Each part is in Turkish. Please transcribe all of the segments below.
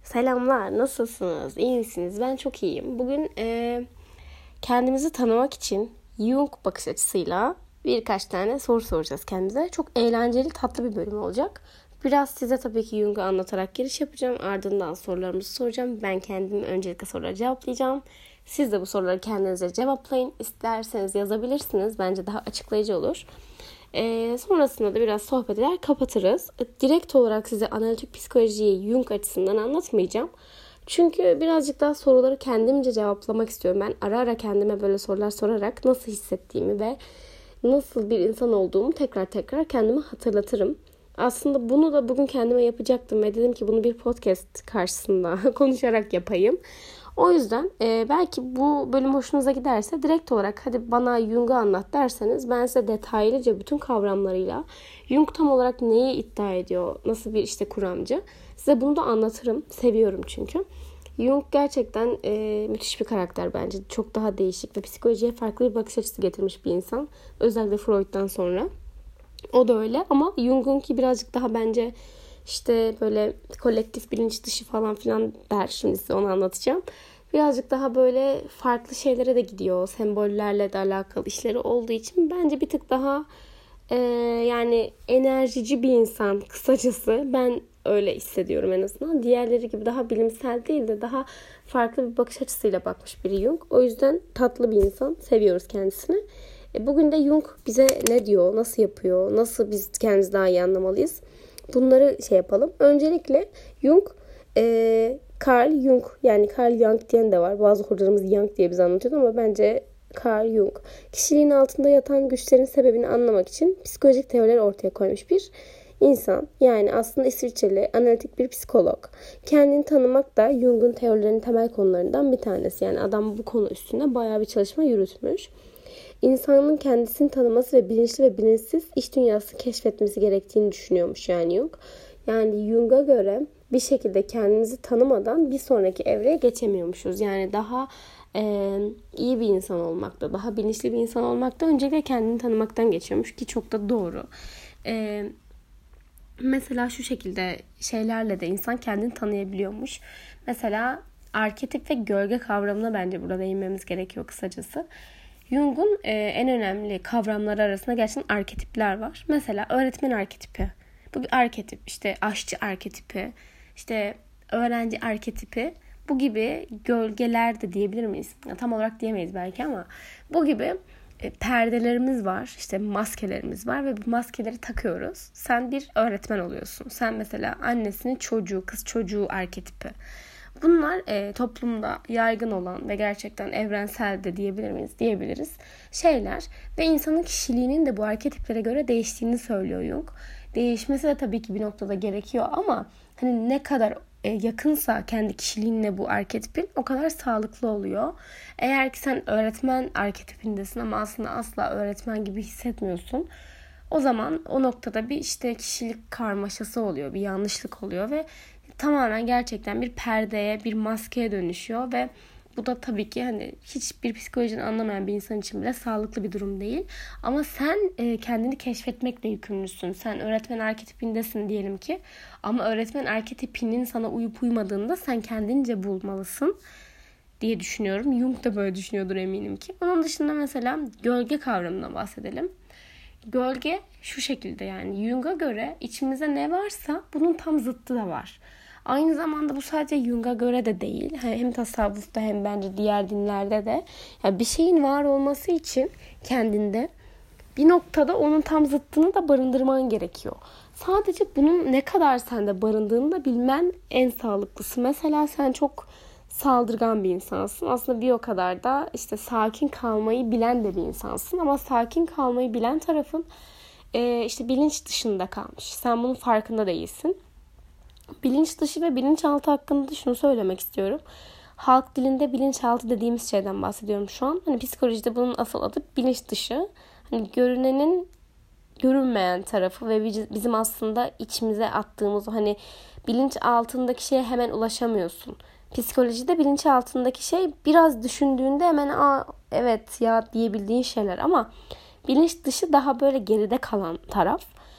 Selamlar, nasılsınız? İyi misiniz? Ben çok iyiyim. Bugün kendimizi tanımak için Jung bakış açısıyla birkaç tane soru soracağız kendimize. Çok eğlenceli, tatlı bir bölüm olacak. Biraz size tabii ki Jung'u anlatarak giriş yapacağım. Ardından sorularımızı soracağım. Ben kendim öncelikle soruları cevaplayacağım. Siz de bu soruları kendinize cevaplayın. İsterseniz yazabilirsiniz. Bence daha açıklayıcı olur. Sonrasında da biraz sohbet eder kapatırız. Direkt olarak size analitik psikolojiyi Jung açısından anlatmayacağım. Çünkü birazcık daha soruları kendimce cevaplamak istiyorum. Ben ara ara kendime böyle sorular sorarak nasıl hissettiğimi ve nasıl bir insan olduğumu tekrar kendime hatırlatırım. Aslında bunu da bugün kendime yapacaktım ve dedim ki bunu bir podcast karşısında konuşarak yapayım. O yüzden belki bu bölüm hoşunuza giderse direkt olarak hadi bana Jung'u anlat derseniz ben size detaylıca bütün kavramlarıyla Jung tam olarak neyi iddia ediyor, nasıl bir işte kuramcı size bunu da anlatırım. Seviyorum çünkü. Jung gerçekten müthiş bir karakter bence. Çok daha değişik ve psikolojiye farklı bir bakış açısı getirmiş bir insan. Özellikle Freud'dan sonra. O da öyle ama Jung'unki birazcık daha bence işte böyle kolektif bilinç dışı falan filan der. Şimdi size onu anlatacağım. Birazcık daha böyle farklı şeylere de gidiyor. Sembollerle de alakalı işleri olduğu için bence bir tık daha yani enerjici bir insan kısacası. Ben öyle hissediyorum en azından. Diğerleri gibi daha bilimsel değil de daha farklı bir bakış açısıyla bakmış biri Jung. O yüzden tatlı bir insan. Seviyoruz kendisini. Bugün de Jung bize ne diyor, nasıl yapıyor, nasıl biz kendimizi daha iyi anlamalıyız? Bunları yapalım. Öncelikle Jung, Carl Jung yani Carl Jung diyen de var. Bazı hocalarımız Jung diye bize anlatıyordu ama bence Carl Jung. Kişiliğin altında yatan güçlerin sebebini anlamak için psikolojik teoriler ortaya koymuş bir insan. Yani aslında İsviçreli analitik bir psikolog. Kendini tanımak da Jung'un teorilerinin temel konularından bir tanesi. Yani adam bu konu üstünde bayağı bir çalışma yürütmüş. İnsanın kendisini tanıması ve bilinçli ve bilinçsiz iç dünyasını keşfetmesi gerektiğini düşünüyormuş yani Jung. Yani Jung'a göre bir şekilde kendimizi tanımadan bir sonraki evreye geçemiyormuşuz. Yani daha iyi bir insan olmakta, daha bilinçli bir insan olmakta öncelikle kendini tanımaktan geçiyormuş ki çok da doğru. Mesela şu şekilde şeylerle de insan kendini tanıyabiliyormuş. Mesela arketip ve gölge kavramına bence burada değinmemiz gerekiyor kısacası. Jung'un en önemli kavramları arasında gerçekten arketipler var. Mesela öğretmen arketipi. Bu bir arketip. İşte aşçı arketipi, işte öğrenci arketipi. Bu gibi gölgeler de diyebilir miyiz? Tam olarak diyemeyiz belki ama bu gibi perdelerimiz var. İşte maskelerimiz var ve bu maskeleri takıyoruz. Sen bir öğretmen oluyorsun. Sen mesela annesinin çocuğu, kız çocuğu arketipi. Bunlar toplumda yaygın olan ve gerçekten evrensel de diyebilir miyiz? Diyebiliriz. Şeyler ve insanın kişiliğinin de bu arketiplere göre değiştiğini söylüyor Jung. Değişmesi de tabii ki bir noktada gerekiyor ama hani ne kadar yakınsa kendi kişiliğinle bu arketipin o kadar sağlıklı oluyor. Eğer ki sen öğretmen arketipindesin ama aslında asla öğretmen gibi hissetmiyorsun. O zaman o noktada bir işte kişilik karmaşası oluyor, bir yanlışlık oluyor ve tamamen gerçekten bir perdeye, bir maskeye dönüşüyor ve bu da tabii ki hani hiçbir psikolojiden anlamayan bir insan için bile sağlıklı bir durum değil. Ama sen kendini keşfetmekle yükümlüsün. Sen öğretmen arketipindesin diyelim ki. Ama öğretmen arketipinin sana uyup uymadığında sen kendince bulmalısın diye düşünüyorum. Jung da böyle düşünüyordur eminim ki. Onun dışında mesela gölge kavramından bahsedelim. Gölge şu şekilde yani Jung'a göre içimizde ne varsa bunun tam zıttı da var. Aynı zamanda bu sadece Jung'a göre de değil. Hem tasavvufta hem bence diğer dinlerde de yani bir şeyin var olması için kendinde bir noktada onun tam zıttını da barındırman gerekiyor. Sadece bunun ne kadar sende barındığını da bilmen en sağlıklısı. Mesela sen çok saldırgan bir insansın. Aslında bir o kadar da işte sakin kalmayı bilen de bir insansın. Ama sakin kalmayı bilen tarafın işte bilinç dışında kalmış. Sen bunun farkında değilsin. Bilinç dışı ve bilinçaltı hakkında da şunu söylemek istiyorum. Halk dilinde bilinçaltı dediğimiz şeyden bahsediyorum şu an. Hani psikolojide bunun asıl adı bilinç dışı. Hani görünenin görünmeyen tarafı ve bizim aslında içimize attığımız o hani bilinç altındaki şeye hemen ulaşamıyorsun. Psikolojide bilinç altındaki şey biraz düşündüğünde hemen evet ya diyebildiğin şeyler ama bilinç dışı daha böyle geride kalan taraf.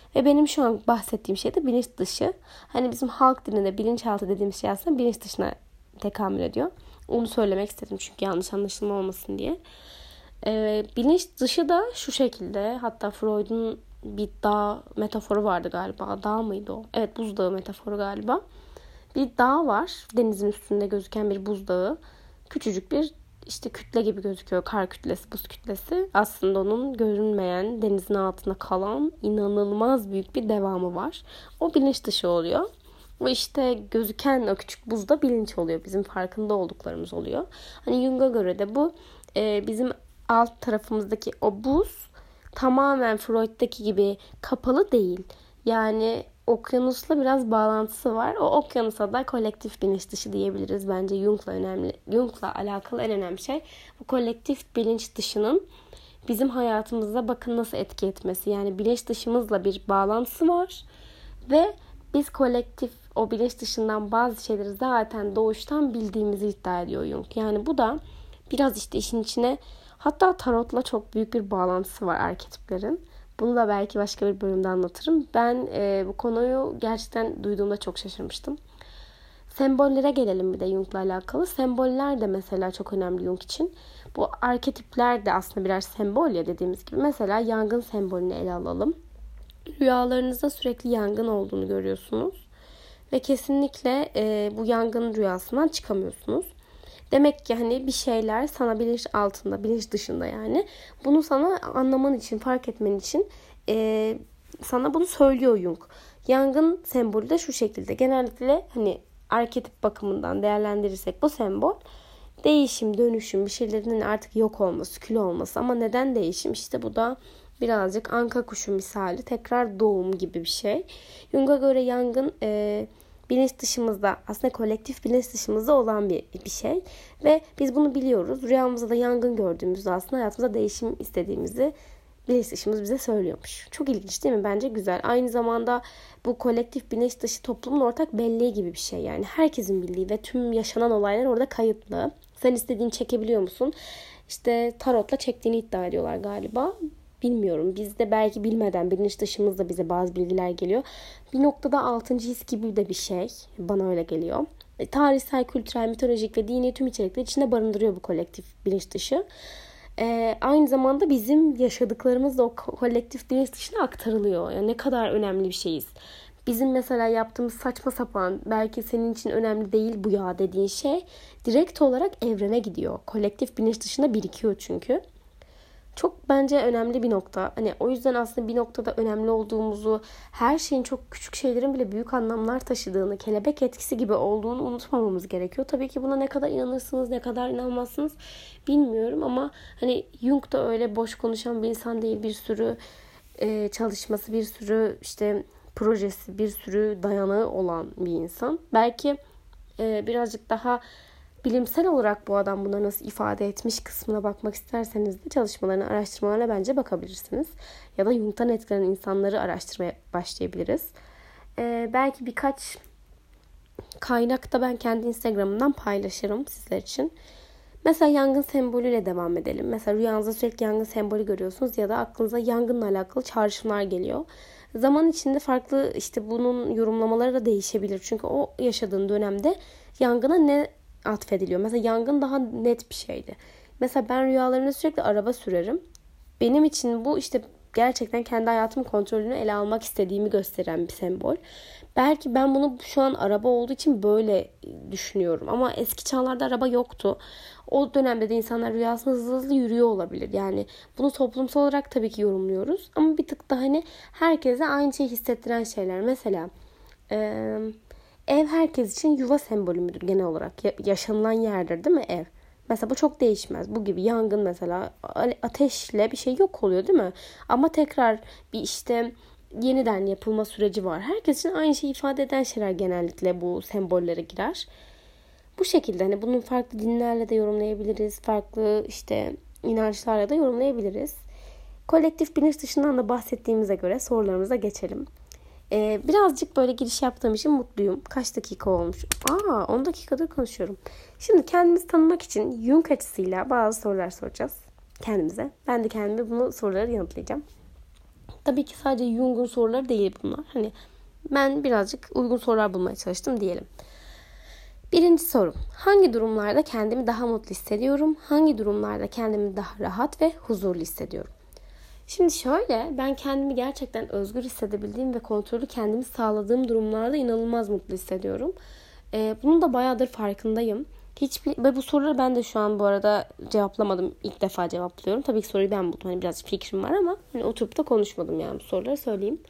Ve benim şu an bahsettiğim şey de bilinç dışı. Hani bizim halk dilinde bilinçaltı dediğimiz şey aslında bilinç dışına tekamül ediyor. Onu söylemek istedim çünkü yanlış anlaşılma olmasın diye. Bilinç dışı da şu şekilde, hatta Freud'un bir dağ metaforu vardı galiba. Dağ mıydı o? Evet, buzdağı metaforu galiba. Bir dağ var. Denizin üstünde gözüken bir buzdağı. Küçücük bir işte kütle gibi gözüküyor. Kar kütlesi, buz kütlesi. Aslında onun görünmeyen, denizin altında kalan inanılmaz büyük bir devamı var. O bilinç dışı oluyor. Ve işte gözüken o küçük buzda bilinç oluyor. Bizim farkında olduklarımız oluyor. Hani Jung'a göre de bu bizim alt tarafımızdaki o buz tamamen Freud'daki gibi kapalı değil. Yani okyanusla biraz bağlantısı var. O okyanusa da kolektif bilinç dışı diyebiliriz. Bence Jung'la alakalı en önemli şey bu kolektif bilinç dışının bizim hayatımızda bakın nasıl etki etmesi. Yani bilinç dışımızla bir bağlantısı var ve biz kolektif o bilinç dışından bazı şeyleri zaten doğuştan bildiğimizi iddia ediyor Jung. Yani bu da biraz işte işin içine, hatta tarotla çok büyük bir bağlantısı var arketiplerin. Bunu da belki başka bir bölümde anlatırım. Ben bu konuyu gerçekten duyduğumda çok şaşırmıştım. Sembollere gelelim bir de Jung'la alakalı. Semboller de mesela çok önemli Jung için. Bu arketipler de aslında birer sembol ya, dediğimiz gibi. Mesela yangın sembolünü ele alalım. Rüyalarınızda sürekli yangın olduğunu görüyorsunuz. Ve kesinlikle bu yangın rüyasından çıkamıyorsunuz. Demek ki hani bir şeyler sana bilinç altında, bilinç dışında yani. Bunu sana anlaman için, fark etmen için sana bunu söylüyor Jung. Yangın sembolü de şu şekilde. Genellikle hani arketip bakımından değerlendirirsek bu sembol değişim, dönüşüm, bir şeylerin artık yok olması, kül olması. Ama neden değişim? İşte bu da birazcık anka kuşu misali, tekrar doğum gibi bir şey. Jung'a göre yangın bilinç dışımızda, aslında kolektif bilinç dışımızda olan bir şey. Ve biz bunu biliyoruz. Rüyamızda da yangın gördüğümüzde aslında hayatımızda değişim istediğimizi bilinç dışımız bize söylüyormuş. Çok ilginç değil mi? Bence güzel. Aynı zamanda bu kolektif bilinç dışı toplumun ortak belleği gibi bir şey. Yani herkesin bildiği ve tüm yaşanan olaylar orada kayıtlı. Sen istediğini çekebiliyor musun? İşte tarotla çektiğini iddia ediyorlar galiba. Bilmiyorum. Biz de belki bilmeden bilinç dışımızda bize bazı bilgiler geliyor. Bir noktada altıncı his gibi de bir şey. Bana öyle geliyor. Tarihsel, kültürel, mitolojik ve dini tüm içerikleri içinde barındırıyor bu kolektif bilinç dışı. Aynı zamanda bizim yaşadıklarımız da o kolektif bilinç dışına aktarılıyor. Yani ne kadar önemli bir şeyiz. Bizim mesela yaptığımız saçma sapan, belki senin için önemli değil bu ya dediğin şey direkt olarak evrene gidiyor. Kolektif bilinç dışında birikiyor çünkü. Çok bence önemli bir nokta. Hani o yüzden aslında bir noktada önemli olduğumuzu, her şeyin, çok küçük şeylerin bile büyük anlamlar taşıdığını, kelebek etkisi gibi olduğunu unutmamamız gerekiyor. Tabii ki buna ne kadar inanırsınız, ne kadar inanmazsınız bilmiyorum ama hani Jung da öyle boş konuşan bir insan değil. Bir sürü çalışması, bir sürü işte projesi, bir sürü dayanığı olan bir insan. Belki birazcık daha bilimsel olarak bu adam bunları nasıl ifade etmiş kısmına bakmak isterseniz de çalışmalarına, araştırmalarına bence bakabilirsiniz. Ya da Jung'tan etkilenen insanları araştırmaya başlayabiliriz. Belki birkaç kaynakta ben kendi Instagram'ımdan paylaşırım sizler için. Mesela yangın sembolüyle devam edelim. Mesela rüyanızda sürekli yangın sembolü görüyorsunuz ya da aklınıza yangınla alakalı çağrışımlar geliyor. Zaman içinde farklı işte bunun yorumlamaları da değişebilir. Çünkü o yaşadığın dönemde yangına ne atfediliyor? Mesela yangın daha net bir şeydi. Mesela ben rüyalarımda sürekli araba sürerim. Benim için bu işte gerçekten kendi hayatımın kontrolünü ele almak istediğimi gösteren bir sembol. Belki ben bunu şu an araba olduğu için böyle düşünüyorum. Ama eski çağlarda araba yoktu. O dönemde de insanlar rüyasında hızlı hızlı yürüyor olabilir. Yani bunu toplumsal olarak tabii ki yorumluyoruz. Ama bir tık da hani herkese aynı şeyi hissettiren şeyler. Mesela ev herkes için yuva sembolü müdür genel olarak? Yaşanılan yerdir değil mi ev? Mesela bu çok değişmez. Bu gibi yangın mesela ateşle bir şey yok oluyor değil mi? Ama tekrar bir işte yeniden yapılma süreci var. Herkes için aynı şeyi ifade eden şeyler genellikle bu sembollere girer. Bu şekilde hani bunun farklı dinlerle de yorumlayabiliriz. Farklı işte inançlarla da yorumlayabiliriz. Kolektif bilinç dışından da bahsettiğimize göre sorularımıza geçelim. Birazcık böyle giriş yaptığım için mutluyum. Kaç dakika olmuş? 10 dakikadır konuşuyorum. Şimdi kendimizi tanımak için Jung açısıyla bazı sorular soracağız kendimize. Ben de kendime bunu soruları yanıtlayacağım. Tabii ki sadece Jung'un soruları değil bunlar. Hani ben birazcık uygun sorular bulmaya çalıştım diyelim. Birinci sorum. Hangi durumlarda kendimi daha mutlu hissediyorum? Hangi durumlarda kendimi daha rahat ve huzurlu hissediyorum? Şimdi şöyle, ben kendimi gerçekten özgür hissedebildiğim ve kontrolü kendimi sağladığım durumlarda inanılmaz mutlu hissediyorum. Bunun da bayağıdır farkındayım. Ve bu soruları ben de şu an bu arada cevaplamadım. İlk defa cevaplıyorum. Tabii ki soruyu ben buldum. Hani biraz fikrim var ama hani oturup da konuşmadım yani bu soruları söyleyeyim.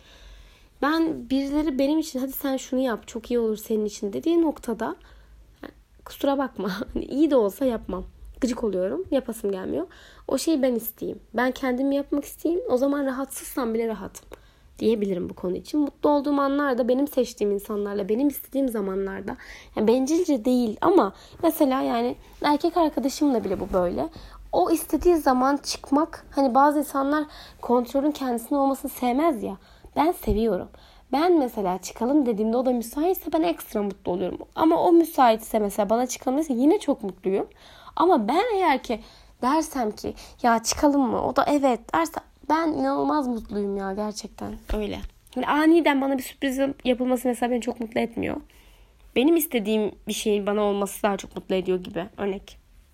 Ben birileri benim için hadi sen şunu yap çok iyi olur senin için dediği noktada kusura bakma. Hani iyi de olsa yapmam. Gıcık oluyorum. Yapasım gelmiyor. O şeyi ben isteyeyim. Ben kendimi yapmak isteyeyim. O zaman rahatsızsam bile rahatım diyebilirim bu konu için. Mutlu olduğum anlarda benim seçtiğim insanlarla, benim istediğim zamanlarda. Yani bencilce değil ama mesela yani erkek arkadaşımla bile bu böyle. O istediği zaman çıkmak, hani bazı insanlar kontrolün kendisinde olmasını sevmez ya. Ben seviyorum. Ben mesela çıkalım dediğimde o da müsaitse ben ekstra mutlu oluyorum. Ama o müsaitse mesela bana çıkalım dese yine çok mutluyum. Ama ben eğer ki dersem ki ya çıkalım mı? O da evet derse ben inanılmaz mutluyum ya gerçekten öyle. Yani aniden bana bir sürpriz yapılması mesela beni çok mutlu etmiyor. Benim istediğim bir şeyin bana olması daha çok mutlu ediyor gibi. Örnek.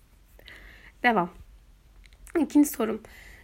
Devam. İkinci sorum.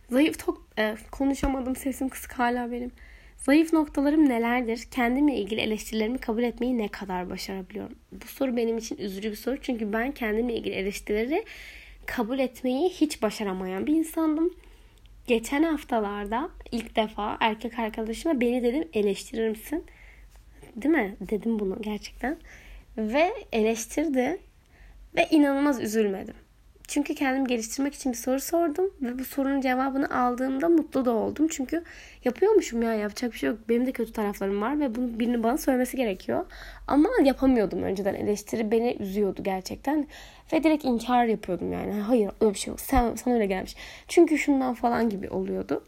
Konuşamadım, sesim kısık hala benim. Zayıf noktalarım nelerdir? Kendimle ilgili eleştirilerimi kabul etmeyi ne kadar başarabiliyorum? Bu soru benim için üzücü bir soru. Çünkü ben kendimle ilgili eleştirileri kabul etmeyi hiç başaramayan bir insandım. Geçen haftalarda ilk defa erkek arkadaşıma beni dedim eleştirir misin? Değil mi? Dedim bunu gerçekten. Ve eleştirdi. Ve inanılmaz üzülmedim. Çünkü kendimi geliştirmek için bir soru sordum. Ve bu sorunun cevabını aldığımda mutlu da oldum. Çünkü yapıyormuşum ya, yapacak bir şey yok. Benim de kötü taraflarım var ve bunu birinin bana söylemesi gerekiyor. Ama yapamıyordum önceden. Eleştiri beni üzüyordu gerçekten. Ve direkt inkar yapıyordum yani. Hayır öyle bir şey yok. Sana öyle gelmiş. Çünkü şundan falan gibi oluyordu.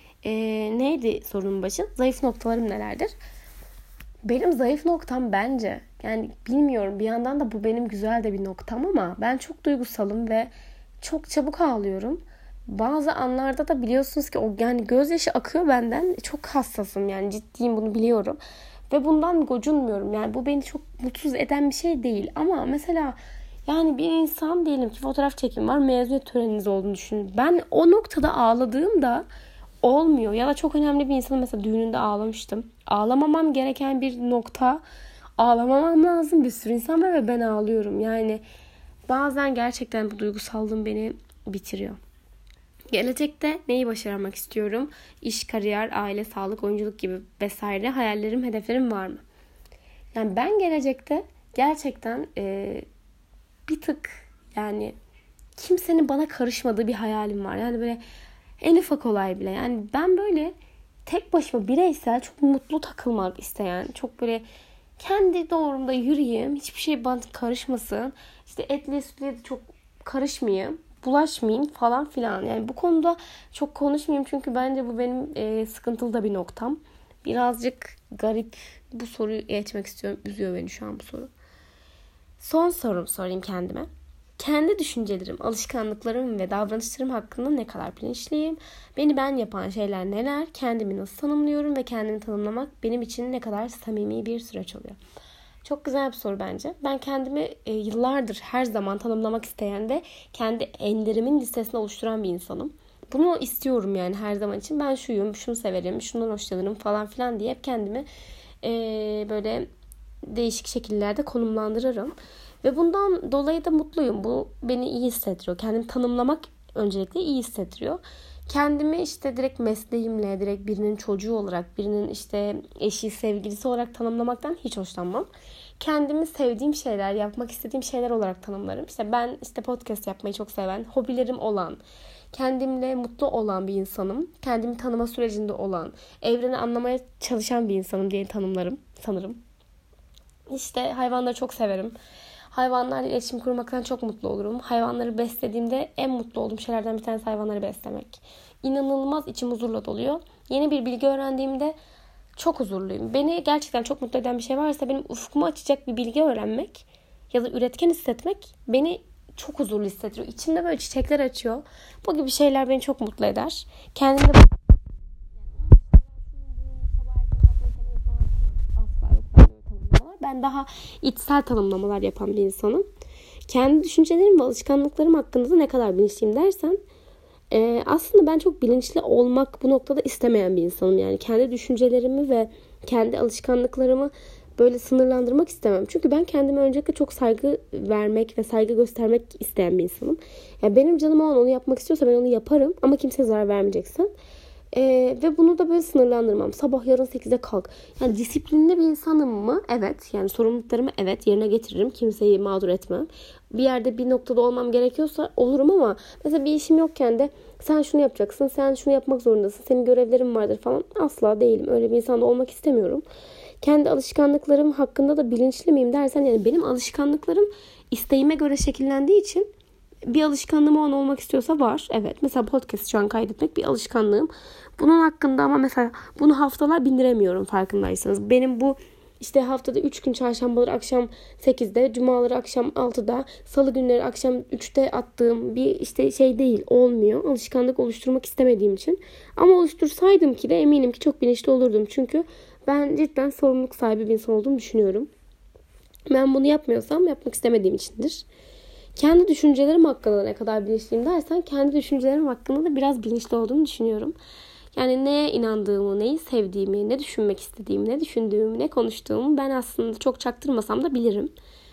Neydi sorunun başı? Zayıf noktalarım nelerdir? Benim zayıf noktam bence, yani bilmiyorum, bir yandan da bu benim güzel de bir noktam ama ben çok duygusalım ve çok çabuk ağlıyorum. Bazı anlarda da biliyorsunuz ki o yani gözyaşı akıyor benden. Çok hassasım yani, ciddiyim, bunu biliyorum. Ve bundan gocunmuyorum. Yani bu beni çok mutsuz eden bir şey değil. Ama mesela yani bir insan diyelim ki fotoğraf çekim var, mezuniyet töreniniz olduğunu düşünün. Ben o noktada ağladığımda olmuyor. Ya da çok önemli bir insanın mesela düğününde ağlamıştım. Ağlamamam gereken bir nokta. Ağlamamam lazım. Bir sürü insan var ve ben ağlıyorum. Yani bazen gerçekten bu duygusallığım beni bitiriyor. Gelecekte neyi başarmak istiyorum? İş, kariyer, aile, sağlık, oyunculuk gibi vesaire hayallerim, hedeflerim var mı? Yani ben gelecekte gerçekten bir tık yani kimsenin bana karışmadığı bir hayalim var. Yani böyle en ufak olay bile. Yani ben böyle tek başıma bireysel çok mutlu takılmak isteyen, çok böyle kendi doğrumda yürüyeyim, hiçbir şey bana karışmasın, işte etli sütlüye de çok karışmayayım, bulaşmayayım falan filan. Yani bu konuda çok konuşmayayım çünkü bence bu benim sıkıntılı da bir noktam. Birazcık garip, bu soruyu geçmek istiyorum. Üzüyor beni şu an bu soru. Son sorum sorayım kendime. Kendi düşüncelerim, alışkanlıklarım ve davranışlarım hakkında ne kadar bilinçliyim? Beni ben yapan şeyler neler? Kendimi nasıl tanımlıyorum ve kendimi tanımlamak benim için ne kadar samimi bir süreç oluyor? Çok güzel bir soru bence. Ben kendimi yıllardır her zaman tanımlamak isteyen de kendi enderimin listesini oluşturan bir insanım. Bunu istiyorum yani her zaman için. Ben şuyum, şunu severim, şundan hoşlanırım falan filan diye hep kendimi böyle değişik şekillerde konumlandırırım. Ve bundan dolayı da mutluyum. Bu beni iyi hissettiriyor. Kendimi tanımlamak öncelikle iyi hissettiriyor. Kendimi işte direkt mesleğimle, direkt birinin çocuğu olarak, birinin işte eşi, sevgilisi olarak tanımlamaktan hiç hoşlanmam. Kendimi sevdiğim şeyler, yapmak istediğim şeyler olarak tanımlarım. İşte ben işte podcast yapmayı çok seven, hobilerim olan, kendimle mutlu olan bir insanım. Kendimi tanıma sürecinde olan, evreni anlamaya çalışan bir insanım diye tanımlarım sanırım. İşte hayvanları çok severim. Hayvanlarla iletişim kurmaktan çok mutlu olurum. Hayvanları beslediğimde en mutlu olduğum şeylerden bir tanesi hayvanları beslemek. İnanılmaz içim huzurla doluyor. Yeni bir bilgi öğrendiğimde çok huzurluyum. Beni gerçekten çok mutlu eden bir şey varsa benim ufkumu açacak bir bilgi öğrenmek ya da üretken hissetmek beni çok huzurlu hissettiriyor. İçimde böyle çiçekler açıyor. Bu gibi şeyler beni çok mutlu eder. Kendimde Ben daha içsel tanımlamalar yapan bir insanım. Kendi düşüncelerim ve alışkanlıklarım hakkında da ne kadar bilinçliyim dersen, aslında ben çok bilinçli olmak bu noktada istemeyen bir insanım. Yani kendi düşüncelerimi ve kendi alışkanlıklarımı böyle sınırlandırmak istemem. Çünkü ben kendime öncelikle çok saygı vermek ve saygı göstermek isteyen bir insanım. Yani benim canım o an onu yapmak istiyorsa ben onu yaparım ama kimseye zarar vermeyeceksin. Ve bunu da böyle sınırlandırmam. Sabah yarın 8'de kalk. Yani disiplinli bir insanım mı? Evet. Yani sorumluluklarımı evet yerine getiririm. Kimseyi mağdur etmem. Bir yerde bir noktada olmam gerekiyorsa olurum ama mesela bir işim yokken de sen şunu yapacaksın, sen şunu yapmak zorundasın, senin görevlerin vardır falan, asla değilim. Öyle bir insan da olmak istemiyorum. Kendi alışkanlıklarım hakkında da bilinçli miyim dersen, yani benim alışkanlıklarım isteğime göre şekillendiği için bir alışkanlığım o an olmak istiyorsa var. Evet. Mesela podcast şu an kaydetmek bir alışkanlığım. Bunun hakkında ama mesela bunu haftalar bindiremiyorum farkındaysanız. Benim bu işte haftada 3 gün çarşambaları akşam 8'de, cumaları akşam 6'da, salı günleri akşam 3'te attığım bir işte şey değil, olmuyor. Alışkanlık oluşturmak istemediğim için. Ama oluştursaydım ki de eminim ki çok bilinçli olurdum. Çünkü ben cidden sorumluluk sahibi bir insan olduğumu düşünüyorum. Ben bunu yapmıyorsam yapmak istemediğim içindir. Kendi düşüncelerim hakkında ne kadar bilinçliyim dersen, kendi düşüncelerim hakkında da biraz bilinçli olduğumu düşünüyorum. Yani neye inandığımı, neyi sevdiğimi, ne düşünmek istediğimi, ne düşündüğümü, ne konuştuğumu ben aslında çok çaktırmasam da bilirim.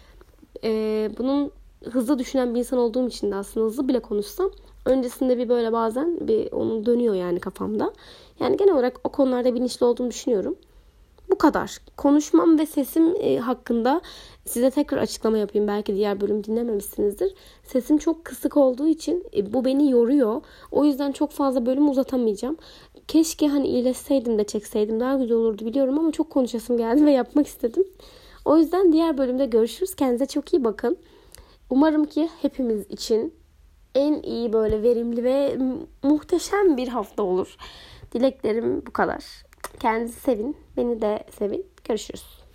Bunun hızlı düşünen bir insan olduğum için de aslında hızlı bile konuşsam öncesinde bir böyle bazen bir onun dönüyor yani kafamda. Yani genel olarak o konularda bilinçli olduğumu düşünüyorum. Bu kadar. Konuşmam ve sesim hakkında size tekrar açıklama yapayım. Belki diğer bölüm dinlememişsinizdir. Sesim çok kısık olduğu için bu beni yoruyor. O yüzden çok fazla bölüm uzatamayacağım. Keşke hani iyileşseydim de çekseydim daha güzel olurdu biliyorum ama çok konuşasım geldi ve yapmak istedim. O yüzden diğer bölümde görüşürüz. Kendinize çok iyi bakın. Umarım ki hepimiz için en iyi böyle verimli ve muhteşem bir hafta olur. Dileklerim bu kadar. Kendinizi sevin. Beni de sevin. Görüşürüz.